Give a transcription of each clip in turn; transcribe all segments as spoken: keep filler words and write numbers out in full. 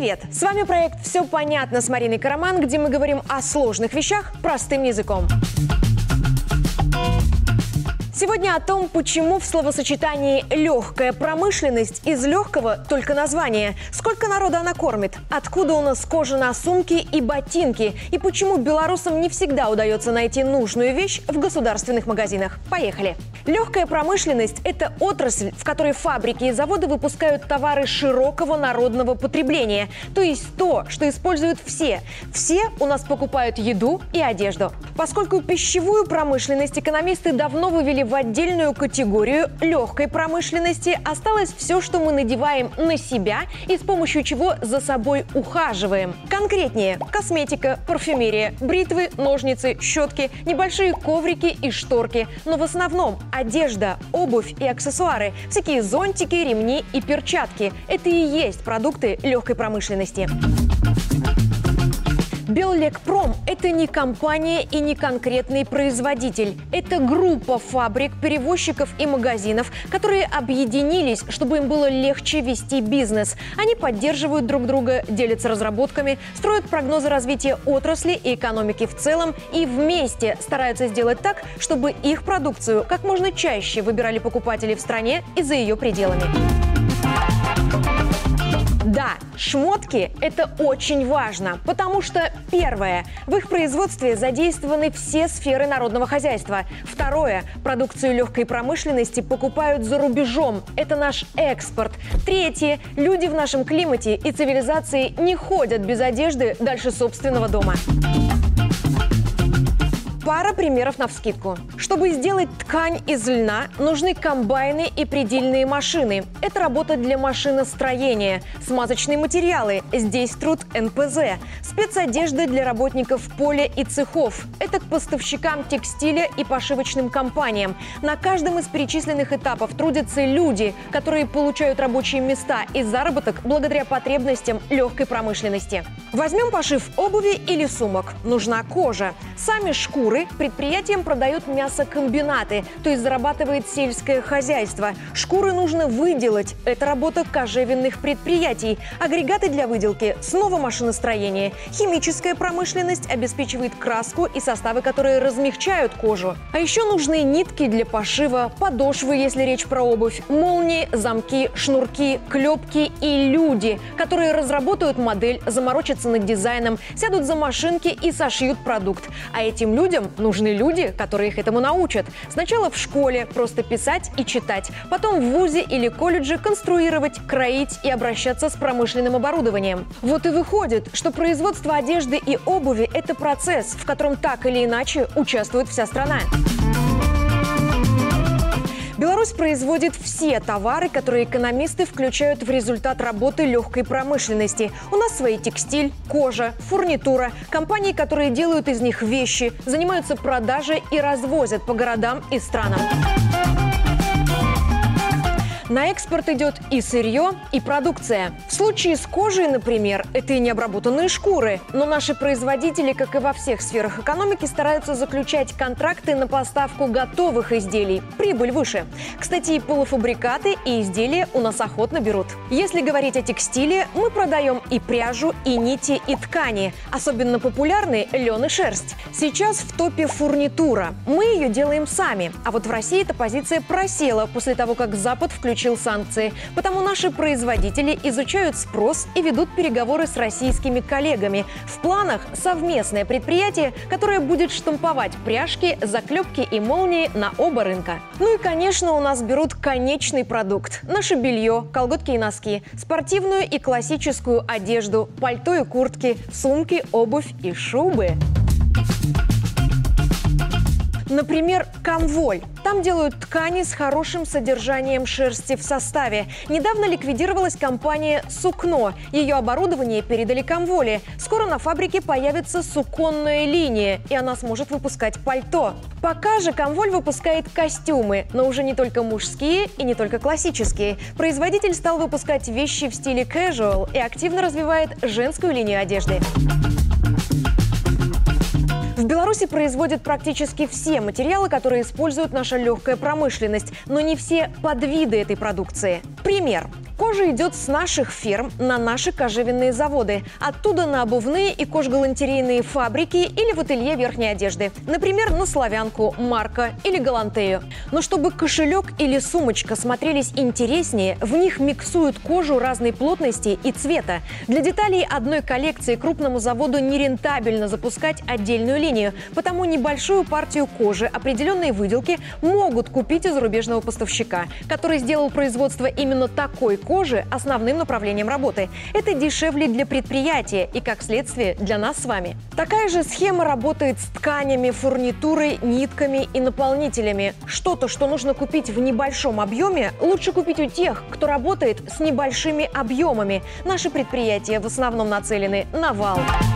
Привет! С вами проект «Все понятно» с Мариной Караман, где мы говорим о сложных вещах простым языком. Сегодня о том, почему в словосочетании «легкая промышленность» из легкого только название, сколько народа она кормит, откуда у нас кожа на сумки и ботинки, и почему белорусам не всегда удается найти нужную вещь в государственных магазинах. Поехали! Легкая промышленность – это отрасль, в которой фабрики и заводы выпускают товары широкого народного потребления, то есть то, что используют все. Все у нас покупают еду и одежду. Поскольку пищевую промышленность экономисты давно вывели в отдельную категорию легкой промышленности, осталось все, что мы надеваем на себя и с помощью чего за собой ухаживаем. Конкретнее – косметика, парфюмерия, бритвы, ножницы, щетки, небольшие коврики и шторки. Но в основном одежда, обувь и аксессуары, всякие зонтики, ремни и перчатки – это и есть продукты легкой промышленности. Беллекпром – это не компания и не конкретный производитель. Это группа фабрик, перевозчиков и магазинов, которые объединились, чтобы им было легче вести бизнес. Они поддерживают друг друга, делятся разработками, строят прогнозы развития отрасли и экономики в целом и вместе стараются сделать так, чтобы их продукцию как можно чаще выбирали покупатели в стране и за ее пределами. Да, шмотки – это очень важно, потому что, первое, в их производстве задействованы все сферы народного хозяйства. Второе, продукцию легкой промышленности покупают за рубежом. Это наш экспорт. Третье, люди в нашем климате и цивилизации не ходят без одежды дальше собственного дома. Пара примеров навскидку. Чтобы сделать ткань из льна, нужны комбайны и предельные машины. Это работа для машиностроения. Смазочные материалы. Здесь труд эн пэ зэ. Спецодежда для работников поля и цехов. Это к поставщикам текстиля и пошивочным компаниям. На каждом из перечисленных этапов трудятся люди, которые получают рабочие места и заработок благодаря потребностям легкой промышленности. Возьмем пошив обуви или сумок. Нужна кожа. Сами шкуры предприятиям продают мясокомбинаты, то есть зарабатывает сельское хозяйство. Шкуры нужно выделать. Это работа кожевенных предприятий. Агрегаты для выделки – снова машиностроение. Химическая промышленность обеспечивает краску и составы, которые размягчают кожу. А еще нужны нитки для пошива, подошвы, если речь про обувь, молнии, замки, шнурки, клепки и люди, которые разработают модель, заморочатся над дизайном, сядут за машинки и сошьют продукт. А этим людям нужны люди, которые их этому научат. Сначала в школе просто писать и читать, потом в вузе или колледже конструировать, кроить и обращаться с промышленным оборудованием. Вот и выходит, что производство одежды и обуви – это процесс, в котором так или иначе участвует вся страна. Беларусь производит все товары, которые экономисты включают в результат работы легкой промышленности. У нас свои текстиль, кожа, фурнитура, компании, которые делают из них вещи, занимаются продажей и развозят по городам и странам. На экспорт идет и сырье, и продукция. В случае с кожей, например, это и необработанные шкуры. Но наши производители, как и во всех сферах экономики, стараются заключать контракты на поставку готовых изделий. Прибыль выше. Кстати, и полуфабрикаты, и изделия у нас охотно берут. Если говорить о текстиле, мы продаем и пряжу, и нити, и ткани. Особенно популярны лен и шерсть. Сейчас в топе фурнитура. Мы ее делаем сами. А вот в России эта позиция просела после того, как Запад включил санкции. Потому наши производители изучают спрос и ведут переговоры с российскими коллегами. В планах совместное предприятие, которое будет штамповать пряжки, заклепки и молнии на оба рынка. Ну и, конечно, у нас берут конечный продукт. Наше белье, колготки и носки, спортивную и классическую одежду, пальто и куртки, сумки, обувь и шубы. Например, Комволь. Там делают ткани с хорошим содержанием шерсти в составе. Недавно ликвидировалась компания «Сукно». Ее оборудование передали Комволе. Скоро на фабрике появится суконная линия, и она сможет выпускать пальто. Пока же Комволь выпускает костюмы, но уже не только мужские и не только классические. Производитель стал выпускать вещи в стиле casual и активно развивает женскую линию одежды. В Беларуси производят практически все материалы, которые использует наша легкая промышленность, но не все подвиды этой продукции. Пример. Кожа идет с наших ферм на наши кожевенные заводы, оттуда на обувные и кожгалантерейные фабрики или в ателье верхней одежды, например, на Славянку, Марка или Галантею. Но чтобы кошелек или сумочка смотрелись интереснее, в них миксуют кожу разной плотности и цвета. Для деталей одной коллекции крупному заводу нерентабельно запускать отдельную линию, потому небольшую партию кожи определенной выделки могут купить у зарубежного поставщика, который сделал производство именно такой кожи основным направлением работы. Это дешевле для предприятия и, как следствие, для нас с вами. Такая же схема работает с тканями, фурнитурой, нитками и наполнителями. Что-то, что нужно купить в небольшом объеме, лучше купить у тех, кто работает с небольшими объемами. Наши предприятия в основном нацелены на вал.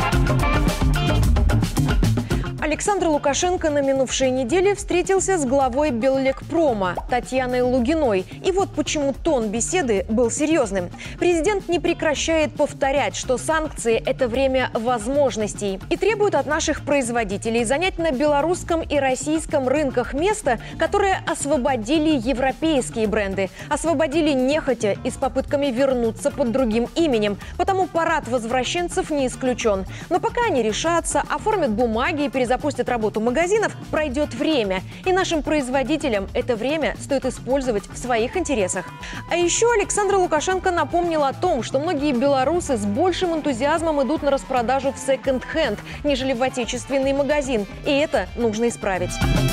Александр Лукашенко на минувшей неделе встретился с главой Беллекпрома Татьяной Лугиной. И вот почему тон беседы был серьезным. Президент не прекращает повторять, что санкции – это время возможностей. И требует от наших производителей занять на белорусском и российском рынках место, которое освободили европейские бренды. Освободили нехотя и с попытками вернуться под другим именем. Потому парад возвращенцев не исключен. Но пока они решатся, оформят бумаги и перезапустят запустят работу магазинов, пройдет время. И нашим производителям это время стоит использовать в своих интересах. А еще Александр Лукашенко напомнил о том, что многие белорусы с большим энтузиазмом идут на распродажу в секонд-хенд, нежели в отечественный магазин. И это нужно исправить.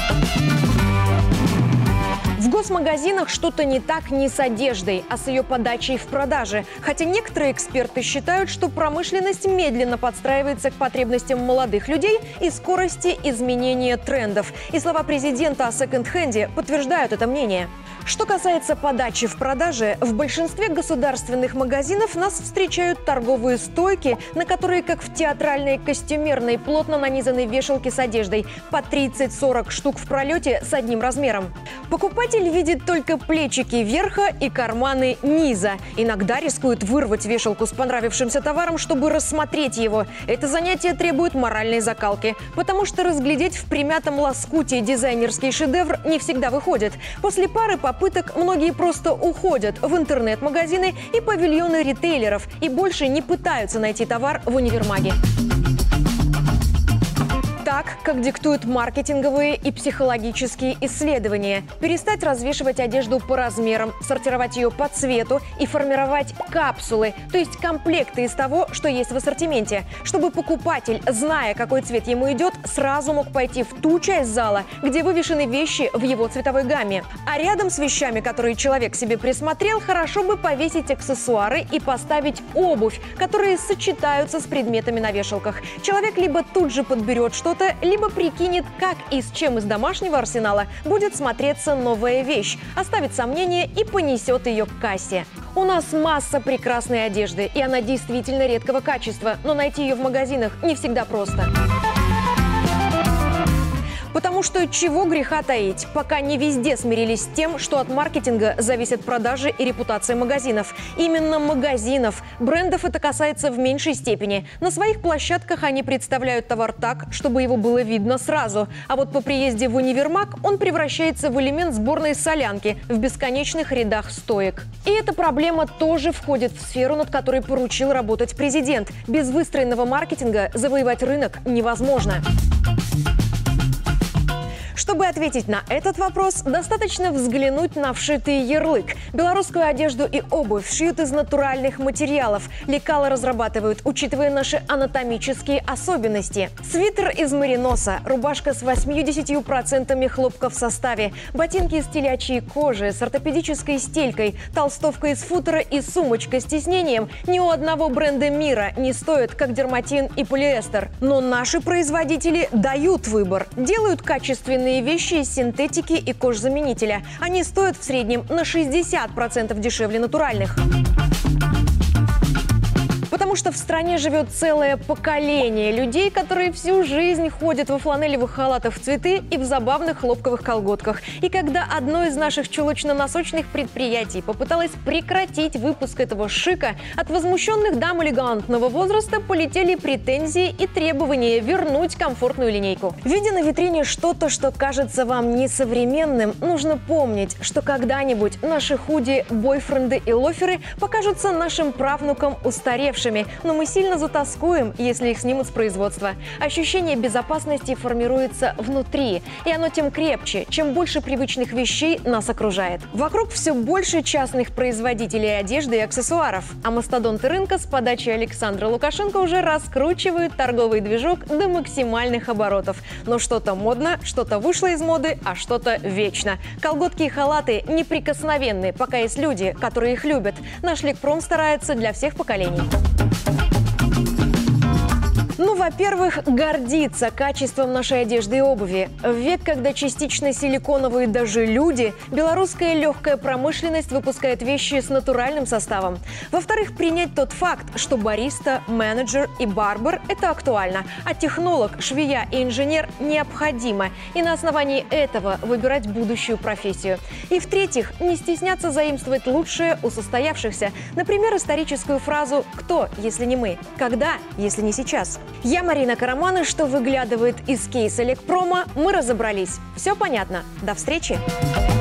В госмагазинах что-то не так не с одеждой, а с ее подачей в продаже. Хотя некоторые эксперты считают, что промышленность медленно подстраивается к потребностям молодых людей и скорости изменения трендов. И слова президента о секонд-хенде подтверждают это мнение. Что касается подачи в продаже, в большинстве государственных магазинов нас встречают торговые стойки, на которые, как в театральной костюмерной, плотно нанизаны вешалки с одеждой по тридцать-сорок штук в пролете с одним размером. Покупатель видит только плечики верха и карманы низа. Иногда рискует вырвать вешалку с понравившимся товаром, чтобы рассмотреть его. Это занятие требует моральной закалки, потому что разглядеть в примятом лоскуте дизайнерский шедевр не всегда выходит. После пары попыток многие просто уходят в интернет-магазины и павильоны ритейлеров и больше не пытаются найти товар в универмаге. Так, как диктуют маркетинговые и психологические исследования. Перестать развешивать одежду по размерам, сортировать ее по цвету и формировать капсулы, то есть комплекты из того, что есть в ассортименте, чтобы покупатель, зная, какой цвет ему идет, сразу мог пойти в ту часть зала, где вывешены вещи в его цветовой гамме. А рядом с вещами, которые человек себе присмотрел, хорошо бы повесить аксессуары и поставить обувь, которые сочетаются с предметами на вешалках. Человек либо тут же подберет что-то, либо прикинет, как и с чем из домашнего арсенала будет смотреться новая вещь, оставит сомнение и понесет ее к кассе. У нас масса прекрасной одежды, и она действительно редкого качества, но найти ее в магазинах не всегда просто. Потому что чего греха таить, пока не везде смирились с тем, что от маркетинга зависят продажи и репутация магазинов. Именно магазинов. Брендов это касается в меньшей степени. На своих площадках они представляют товар так, чтобы его было видно сразу. А вот по приезде в универмаг он превращается в элемент сборной солянки в бесконечных рядах стоек. И эта проблема тоже входит в сферу, над которой поручил работать президент. Без выстроенного маркетинга завоевать рынок невозможно. Чтобы ответить на этот вопрос, достаточно взглянуть на вшитый ярлык. Белорусскую одежду и обувь шьют из натуральных материалов. Лекала разрабатывают, учитывая наши анатомические особенности. Свитер из мериноса, рубашка с восьмью-десятью процентами хлопка в составе, ботинки из телячьей кожи с ортопедической стелькой, толстовка из футера и сумочка с тиснением ни у одного бренда мира не стоят, как дерматин и полиэстер. Но наши производители дают выбор, делают качественные вещи из синтетики и кожзаменителя. Они стоят в среднем на шестьдесят процентов дешевле натуральных. Потому Потому что в стране живет целое поколение людей, которые всю жизнь ходят во фланелевых халатах в цветы и в забавных хлопковых колготках. И когда одно из наших чулочно-носочных предприятий попыталось прекратить выпуск этого шика, от возмущенных дам элегантного возраста полетели претензии и требования вернуть комфортную линейку. Видя на витрине что-то, что кажется вам несовременным, нужно помнить, что когда-нибудь наши худи, бойфренды и лоферы покажутся нашим правнукам устаревшими, но мы сильно затаскуем, если их снимут с производства. Ощущение безопасности формируется внутри, и оно тем крепче, чем больше привычных вещей нас окружает. Вокруг все больше частных производителей одежды и аксессуаров, а мастодонты рынка с подачи Александра Лукашенко уже раскручивают торговый движок до максимальных оборотов. Но что-то модно, что-то вышло из моды, а что-то вечно. Колготки и халаты неприкосновенны, пока есть люди, которые их любят. Наш Лекпром старается для всех поколений. Ну, во-первых, гордиться качеством нашей одежды и обуви. В век, когда частично силиконовые даже люди, белорусская легкая промышленность выпускает вещи с натуральным составом. Во-вторых, принять тот факт, что бариста, менеджер и барбер – это актуально, а технолог, швея и инженер – необходимо. И на основании этого выбирать будущую профессию. И в-третьих, не стесняться заимствовать лучшее у состоявшихся. Например, историческую фразу «Кто, если не мы? Когда, если не сейчас?». Я Марина Караман, и что выглядывает из кейса Лекпрома, мы разобрались. Все понятно. До встречи!